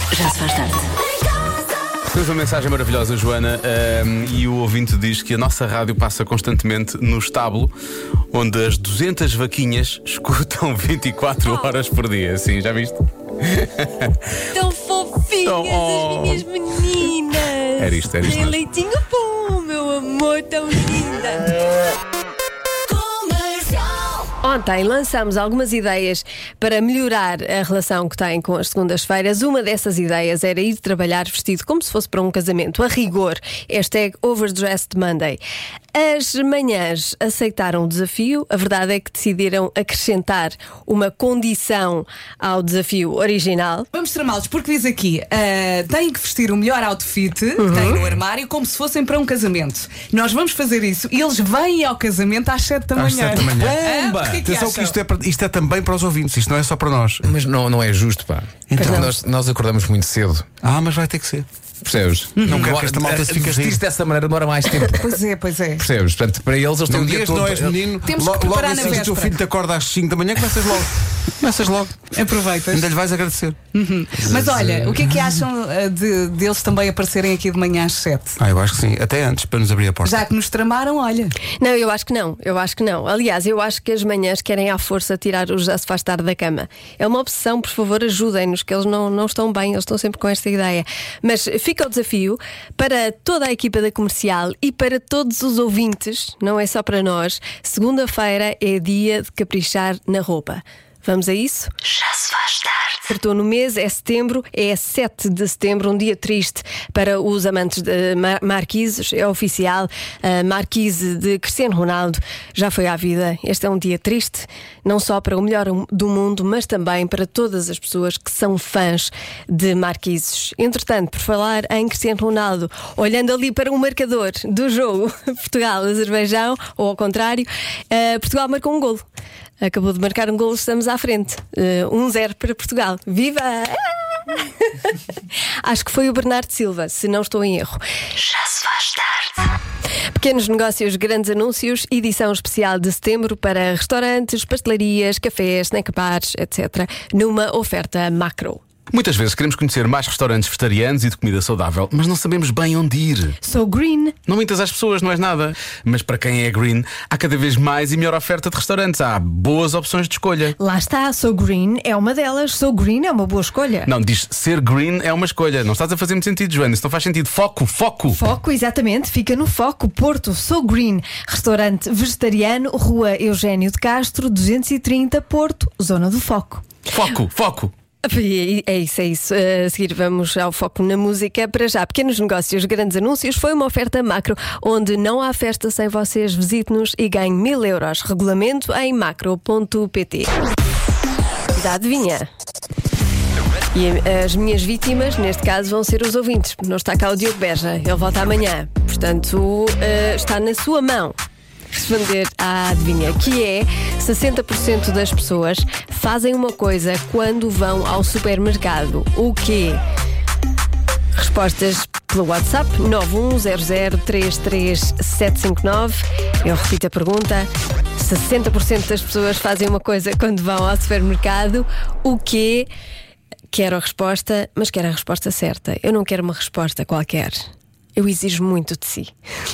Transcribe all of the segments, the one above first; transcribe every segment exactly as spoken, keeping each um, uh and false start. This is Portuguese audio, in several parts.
Já se faz tarde. Temos uma mensagem maravilhosa, Joana, um, e o ouvinte diz que a nossa rádio passa constantemente no estábulo, onde as duzentas vaquinhas escutam vinte e quatro horas por dia. Sim, já viste? Tão fofinhas Tão- oh. as minhas meninas. Era isto, era isto Tem mesmo. leitinho bom, meu amor, tão linda. Ontem lançámos algumas ideias para melhorar a relação que têm com as segundas-feiras. Uma dessas ideias era ir trabalhar vestido como se fosse para um casamento, a rigor. Hashtag Overdressed Monday. As manhãs aceitaram o desafio. A verdade é que decidiram acrescentar uma condição ao desafio original. Vamos tramá-los, porque diz aqui: uh, têm que vestir o melhor outfit que têm no armário como se fossem para um casamento. Nós vamos fazer isso e eles vêm ao casamento às sete da manhã. Às sete da manhã. Ah, o que é que Atenção que acham? isto é, para- isto é também para os ouvintes, isto não é só para nós. Mas não, não é justo, pá. Então. nós, nós acordamos muito cedo. Ah, mas vai ter que ser. Percebes? Não quero que esta malta se fique a rir. Vestir-se dessa maneira demora mais tempo. Pois é, pois é. Percebes? Portanto, para eles, eles têm Não um dia digas todo. não és menino, Temos que logo, preparar logo na assim que o teu véspera. filho te acorda às cinco da manhã, começas logo. Começas logo. Aproveitas. Ainda lhe vais agradecer. Mas olha, o que é que acham uh, de, deles também aparecerem aqui de manhã às sete? Ah, eu acho que sim, até antes, para nos abrir a porta. Já que nos tramaram, olha. Não, eu acho que não, eu acho que não. Aliás, eu acho que as manhãs querem à força tirar o já se faz tarde da cama. É uma obsessão, por favor, ajudem-nos, que eles não, não estão bem, eles estão sempre com esta ideia. Mas fica o desafio para toda a equipa da Comercial e para todos os ouvintes, não é só para nós. Segunda-feira é dia de caprichar na roupa. Vamos a isso? Já se faz tarde. Acertou no mês, é setembro, é sete de setembro, um dia triste para os amantes de mar- marquises, é oficial. A marquise de Cristiano Ronaldo já foi à vida. Este é um dia triste, não só para o melhor do mundo, mas também para todas as pessoas que são fãs de marquises. Entretanto, por falar em Cristiano Ronaldo, olhando ali para o marcador do jogo Portugal-Azerbaijão, ou ao contrário, eh, Portugal marcou um golo. Acabou de marcar um golo, estamos à frente. Uh, um zero para Portugal. Viva! Acho que foi o Bernardo Silva, se não estou em erro. Já se faz tarde. Pequenos negócios, grandes anúncios, edição especial de setembro para restaurantes, pastelarias, cafés, snack bars, etcétera, numa oferta macro. Muitas vezes queremos conhecer mais restaurantes vegetarianos e de comida saudável, mas não sabemos bem onde ir. Sou green. Não mintas às pessoas, não és nada. Mas para quem é green, há cada vez mais e melhor oferta de restaurantes. Há boas opções de escolha. Lá está, Sou Green é uma delas. Sou Green é uma boa escolha. Não, diz ser green é uma escolha. Não estás a fazer muito sentido, Joana. Isso não faz sentido. Foco, foco. Foco, exatamente, fica no Foco, Porto. Sou Green, restaurante vegetariano, Rua Eugénio de Castro, duzentos e trinta, Porto, zona do Foco. Foco, foco. É isso, é isso. A seguir vamos ao foco na música. Para já, pequenos negócios, grandes anúncios. Foi uma oferta macro, onde não há festa sem vocês. Visite-nos e ganhe mil euros. Regulamento em macro ponto pt. Da adivinha. E as minhas vítimas, neste caso, vão ser os ouvintes. Não está cá o Diogo Beja, ele volta amanhã. Portanto, uh, está na sua mão responder à adivinha, que é sessenta por cento das pessoas fazem uma coisa quando vão ao supermercado. O quê? Respostas pelo WhatsApp nove um zero zero três três sete cinco nove. Eu repito a pergunta: sessenta por cento das pessoas fazem uma coisa quando vão ao supermercado. O quê? Quero a resposta, mas quero a resposta certa. Eu não quero uma resposta qualquer. Eu exijo muito de si.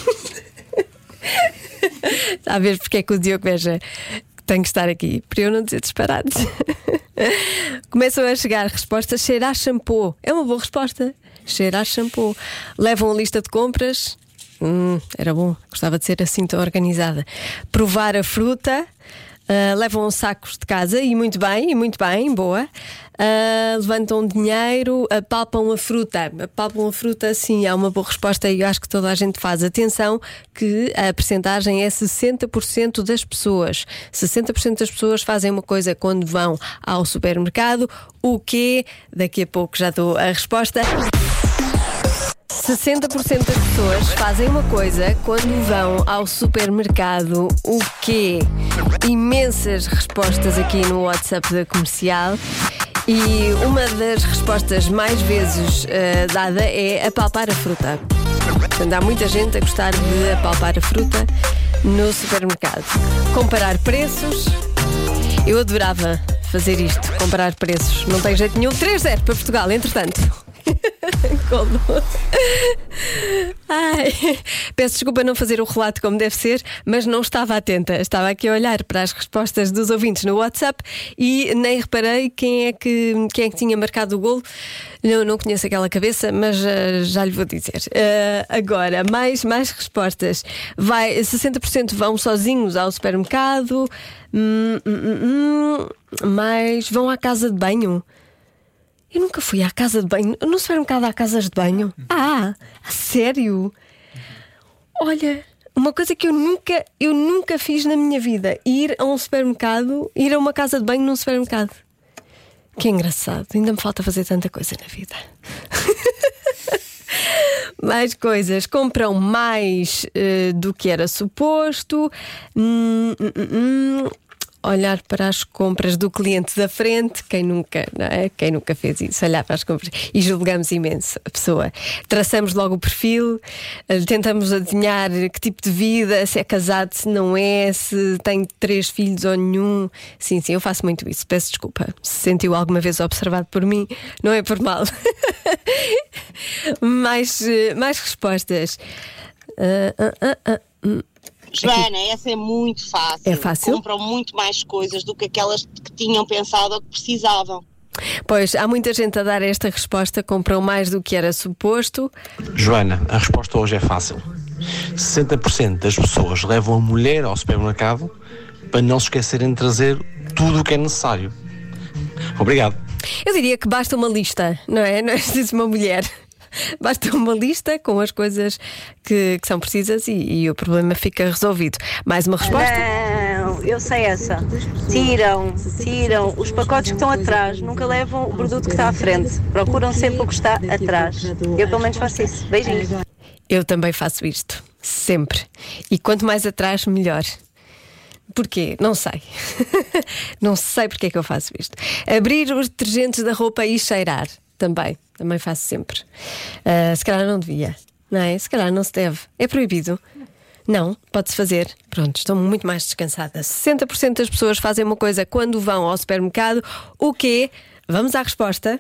Está a ver porque é que o Diogo Beja tem que estar aqui? Para eu não dizer disparates. Começam a chegar respostas. Cheira a shampoo. É uma boa resposta. Cheira a shampoo. Levam a lista de compras. Hum, era bom. Gostava de ser assim tão organizada. Provar a fruta. Uh, levam sacos de casa. E muito bem, e muito bem, boa. Uh, levantam dinheiro, apalpam a fruta. Apalpam a fruta, sim, há uma boa resposta e eu acho que toda a gente faz. Atenção que a percentagem é sessenta por cento das pessoas. sessenta por cento das pessoas fazem uma coisa quando vão ao supermercado. O quê? Daqui a pouco já dou a resposta. sessenta por cento das pessoas fazem uma coisa quando vão ao supermercado. O quê? Imensas respostas aqui no WhatsApp da Comercial. E uma das respostas mais vezes uh, dada é apalpar a fruta. Portanto, há muita gente a gostar de apalpar a fruta no supermercado. Comparar preços. Eu adorava fazer isto, comparar preços. Não tem jeito nenhum. três zero para Portugal, entretanto. Como? Ai, peço desculpa não fazer o relato como deve ser, mas não estava atenta. Estava aqui a olhar para as respostas dos ouvintes no WhatsApp e nem reparei quem é que, quem é que tinha marcado o golo. Não, não conheço aquela cabeça, mas uh, já lhe vou dizer. Uh, agora, mais, mais respostas. Vai, sessenta por cento vão sozinhos ao supermercado, hum, hum, hum, mais vão à casa de banho. Eu nunca fui à casa de banho. No supermercado há casas de banho? Ah, a sério? Olha, uma coisa que eu nunca, eu nunca fiz na minha vida: ir a um supermercado, ir a uma casa de banho num supermercado. Que engraçado, ainda me falta fazer tanta coisa na vida. Mais coisas, compram mais uh, do que era suposto. Hum, hum, hum. Olhar para as compras do cliente da frente. Quem nunca, não é? Quem nunca fez isso? Olhar para as compras e julgamos imenso a pessoa. Traçamos logo o perfil, tentamos adivinhar que tipo de vida, se é casado, se não é, se tem três filhos ou nenhum. Sim, sim, eu faço muito isso. Peço desculpa se sentiu alguma vez observado por mim. Não é por mal. mais, mais respostas. Uh, uh, uh, uh. Joana, essa é muito fácil. É fácil? Compram muito mais coisas do que aquelas que tinham pensado ou que precisavam. Pois, há muita gente a dar esta resposta: compram mais do que era suposto. Joana, a resposta hoje é fácil. sessenta por cento das pessoas levam a mulher ao supermercado para não se esquecerem de trazer tudo o que é necessário. Obrigado. Eu diria que basta uma lista, não é? Não é preciso uma mulher. Basta uma lista com as coisas que, que são precisas e, e o problema fica resolvido. Mais uma resposta? Não, eu sei essa. Tiram, tiram os pacotes que estão atrás, nunca levam o produto que está à frente. Procuram sempre o que está atrás. Eu pelo menos faço isso. Beijinhos. Eu também faço isto, sempre. E quanto mais atrás, melhor. Porquê? Não sei. Não sei porque é que eu faço isto. Abrir os detergentes da roupa e cheirar. Também, também faço sempre. Uh, se calhar não devia, não é? Se calhar não se deve. É proibido? Não, pode-se fazer. Pronto, estou muito mais descansada. sessenta por cento das pessoas fazem uma coisa quando vão ao supermercado. O quê? Vamos à resposta.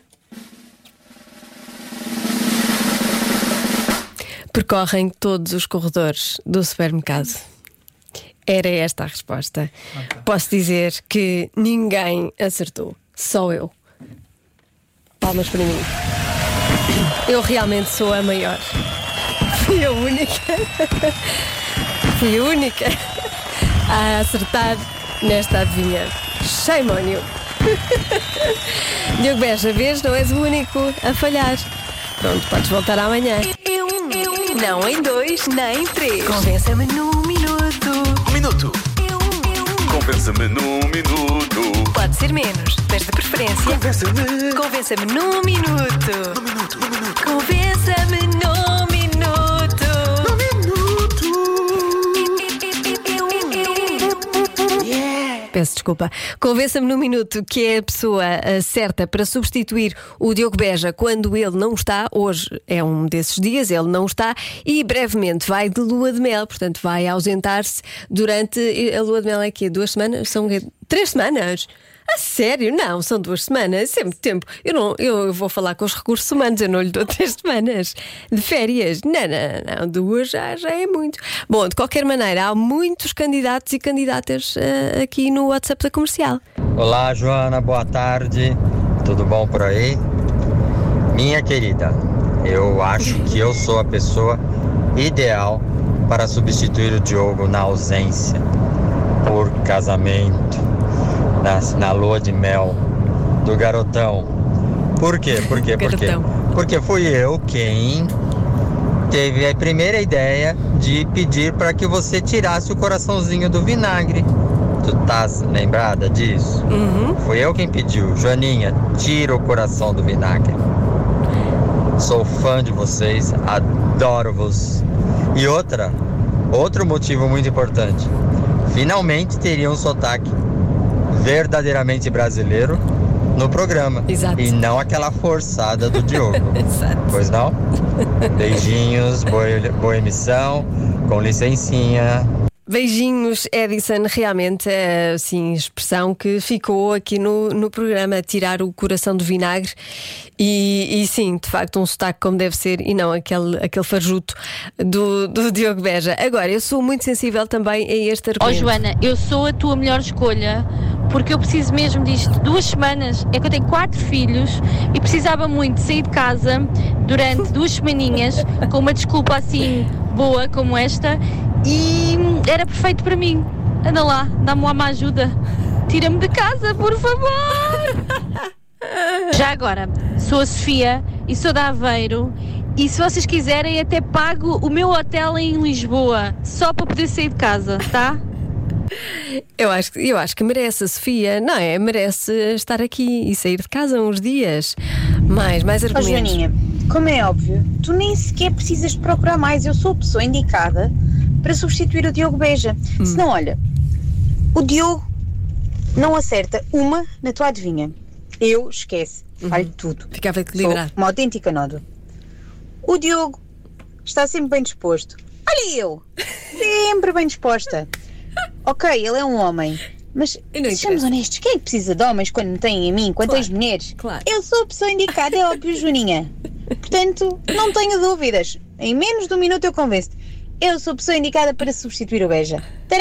Percorrem todos os corredores do supermercado. Era esta a resposta. Okay. Posso dizer que ninguém acertou. Só eu. Palmas para mim. Eu realmente sou a maior. Fui a única. Fui a única a acertar nesta adivinha. Shame on you. Diogo Beja, vês, não és o único a falhar. Pronto, podes voltar amanhã. Eu, eu, não em dois, nem em três. Convença-me num minuto. Um minuto. Eu, eu. Convença-me num minuto. Pode ser menos, mas de preferência. Convença-me. Convença-me num minuto. Num minuto, num minuto. Convença-me num minuto. Num minuto. Yeah. Peço desculpa. Convença-me num minuto que é a pessoa uh, certa para substituir o Diogo Beja quando ele não está. Hoje é um desses dias, ele não está e brevemente vai de lua de mel, portanto vai ausentar-se durante. A lua de mel é aqui, duas semanas? São três semanas? A sério? Não, são duas semanas, isso é muito tempo. Eu, não, eu vou falar com os recursos humanos, eu não lhe dou três semanas de férias. Não, não, não, duas já, já é muito. Bom, de qualquer maneira, há muitos candidatos e candidatas uh, aqui no WhatsApp da Comercial. Olá, Joana, boa tarde. Tudo bom por aí? Minha querida, eu acho que eu sou a pessoa ideal para substituir o Diogo na ausência por casamento. Na, na lua de mel do garotão. Por quê? Por quê? Por quê? Porque fui eu quem teve a primeira ideia de pedir para que você tirasse o coraçãozinho do vinagre. Tu tá lembrada disso? Uhum. Fui eu quem pediu. Joaninha, tira o coração do vinagre. Sou fã de vocês, adoro-vos. E outra, outro motivo muito importante. Finalmente teria um sotaque verdadeiramente brasileiro no programa. Exato. E não aquela forçada do Diogo. Exato. Pois não? Beijinhos, boa, boa emissão, com licencinha. Beijinhos, Edison. Realmente é assim, expressão que ficou aqui no, no programa, tirar o coração do vinagre. E, e sim, de facto, um sotaque como deve ser, e não aquele, aquele farjuto do, do Diogo Beja. Agora, eu sou muito sensível também a este argumento. Ó Joana, eu sou a tua melhor escolha, porque eu preciso mesmo disto. Duas semanas, é que eu tenho quatro filhos e precisava muito de sair de casa durante duas semaninhas, com uma desculpa assim boa como esta, e era perfeito para mim. Anda lá, dá-me lá uma ajuda. Tira-me de casa, por favor. Já agora, sou a Sofia e sou da Aveiro, e se vocês quiserem até pago o meu hotel em Lisboa, só para poder sair de casa, tá? Eu acho, eu acho que merece a Sofia, não é? Merece estar aqui e sair de casa uns dias. Mais, mais Ó argumentos. Joaninha, como é óbvio, tu nem sequer precisas de procurar mais. Eu sou a pessoa indicada para substituir o Diogo Beja. Hum. Se não, olha, o Diogo não acerta uma na tua adivinha. Eu, esquece, falho tudo. Ficava equilibrado. Sou uma autêntica nódoa. O Diogo está sempre bem disposto. Olha eu, sempre bem disposta. Ok, ele é um homem, mas sejamos honestos, quem é que precisa de homens quando me têm a mim, quando Claro, tens mulheres? claro. Eu sou a pessoa indicada, é óbvio, Joaninha. Portanto, não tenho dúvidas. Em menos de um minuto eu convenço-te. Eu sou a pessoa indicada para substituir o Beja.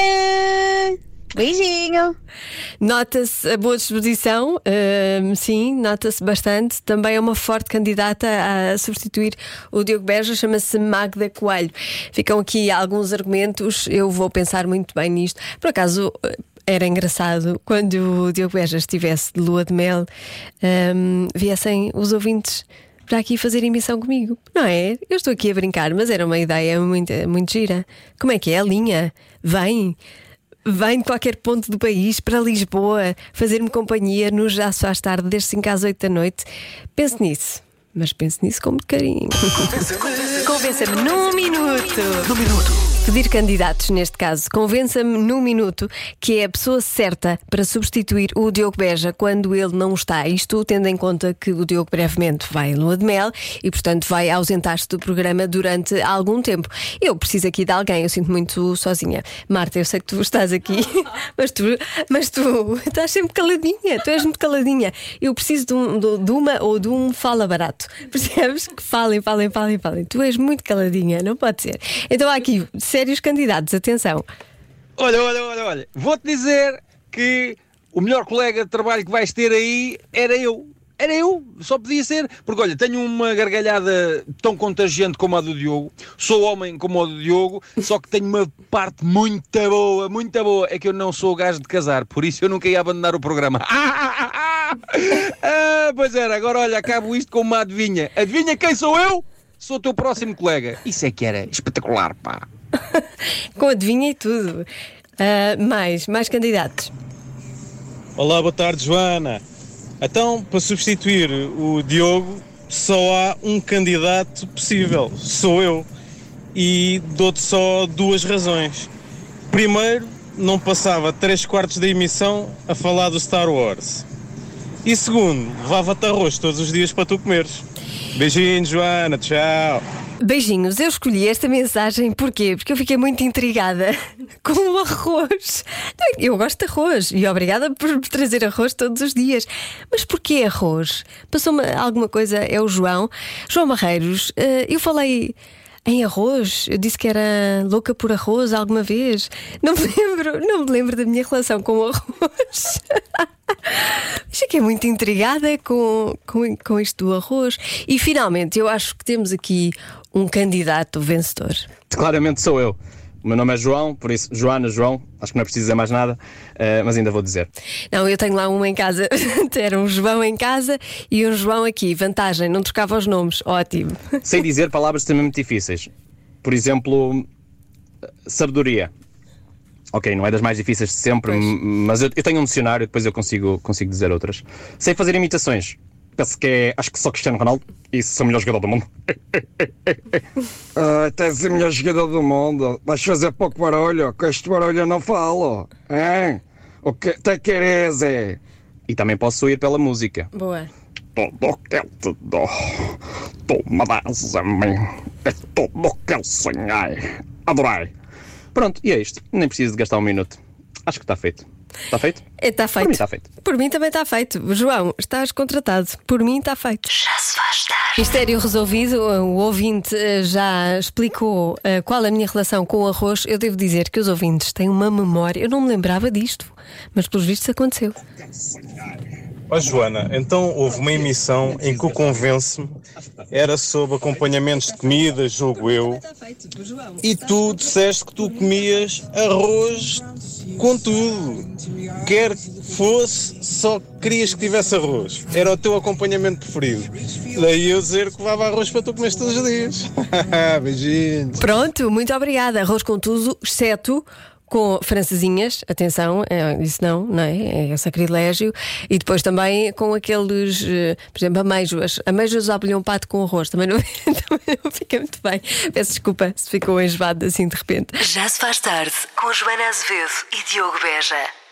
Tadã! Beijinho! Nota-se a boa disposição, hum, sim, nota-se bastante. Também é uma forte candidata a substituir o Diogo Beja, chama-se Magda Coelho. Ficam aqui alguns argumentos, eu vou pensar muito bem nisto. Por acaso, era engraçado quando o Diogo Beja estivesse de lua de mel, hum, viessem os ouvintes para aqui fazer emissão comigo, não é? Eu estou aqui a brincar, mas era uma ideia muito, muito gira. Como é que é a linha? Vem! Vem de qualquer ponto do país para Lisboa fazer-me companhia no Já Se Faz Tarde, desde cinco às oito da noite. Pense nisso, mas pense nisso com muito carinho. Convença-me num minuto. Num minuto. Pedir candidatos, neste caso, convença-me num minuto que é a pessoa certa para substituir o Diogo Beja quando ele não está. Isto tendo em conta que o Diogo brevemente vai em lua de mel e, portanto, vai ausentar-se do programa durante algum tempo. Eu preciso aqui de alguém, eu sinto muito sozinha. Marta, eu sei que tu estás aqui, mas tu, mas tu estás sempre caladinha, tu és muito caladinha. Eu preciso de, um, de, de uma ou de um fala barato. Percebes? Que falem, falem, falem, falem. Tu és muito caladinha, não pode ser. Então há aqui sérios candidatos, atenção. Olha, olha, olha, olha, vou-te dizer que o melhor colega de trabalho que vais ter aí era eu. Era eu, só podia ser. Porque olha, tenho uma gargalhada tão contagiante como a do Diogo, sou homem como a do Diogo, só que tenho uma parte muito boa, muito boa, é que eu não sou gajo de casar, por isso eu nunca ia abandonar o programa. Ah, pois era, agora olha, acabo isto com uma adivinha. Adivinha quem sou eu? Sou o teu próximo colega. Isso é que era espetacular, pá. Com adivinha e tudo. Uh, mais, mais candidatos. Olá, boa tarde, Joana. Então, para substituir o Diogo, só há um candidato possível, sou eu. E dou-te só duas razões. Primeiro, não passava três quartos da emissão a falar do Star Wars. E segundo, levava-te arroz todos os dias para tu comeres. Beijinhos, Joana, tchau. Beijinhos, eu escolhi esta mensagem porquê? Porque eu fiquei muito intrigada com o arroz. Eu gosto de arroz e obrigada por trazer arroz todos os dias. Mas porquê arroz? Passou-me alguma coisa, é o João. João Barreiros, eu falei em arroz, eu disse que era louca por arroz alguma vez. Não me lembro, não me lembro da minha relação com o arroz. Fiquei muito intrigada com, com, com isto do arroz. E finalmente eu acho que temos aqui um candidato vencedor. Claramente sou eu. O meu nome é João, por isso Joana, João, acho que não é preciso dizer mais nada, uh, mas ainda vou dizer. Não, eu tenho lá um em casa. Era um João em casa e um João aqui. Vantagem, não trocava os nomes. Ótimo. Sei dizer palavras extremamente difíceis. Por exemplo, sabedoria. Ok, não é das mais difíceis de sempre, m- mas eu, eu tenho um dicionário, depois eu consigo, consigo dizer outras. Sei fazer imitações. Penso que é, acho que sou Cristiano Ronaldo e sou o melhor jogador do mundo. Ah, tens o melhor jogador do mundo. Vais fazer pouco barulho, com este barulho eu não falo. Hein? O que te queres é? E também posso ir pela música. Boa. Tudo o que eu te dou, tu me dás a mim. É tudo o que eu sonhei. Adorei. Pronto, e é isto. Nem preciso de gastar um minuto. Acho que está feito. Está feito? Está feito. Por mim está feito. Por mim também está feito. João, estás contratado. Por mim está feito. Já se faz tarde. Mistério resolvido. O ouvinte já explicou uh, qual a minha relação com o arroz. Eu devo dizer que os ouvintes têm uma memória. Eu não me lembrava disto, mas pelos vistos aconteceu. Ó Joana, então houve uma emissão em que o Convence-me era sobre acompanhamentos de comida, julgo eu, e tu disseste que tu comias arroz com tudo. Quer que fosse, só querias que tivesse arroz. Era o teu acompanhamento preferido. Daí eu dizer que levava arroz para tu comeres todos os dias. Beijinhos. Pronto, muito obrigada. Arroz com tudo, exceto com francesinhas, atenção, é, isso não, não é? É sacrilégio. E depois também com aqueles, por exemplo, ameijoas. Ameijoas ao bolhão pato com arroz. Também não, também não fica muito bem. Peço desculpa se ficou enjoado assim de repente. Já se faz tarde com Joana Azevedo e Diogo Beja.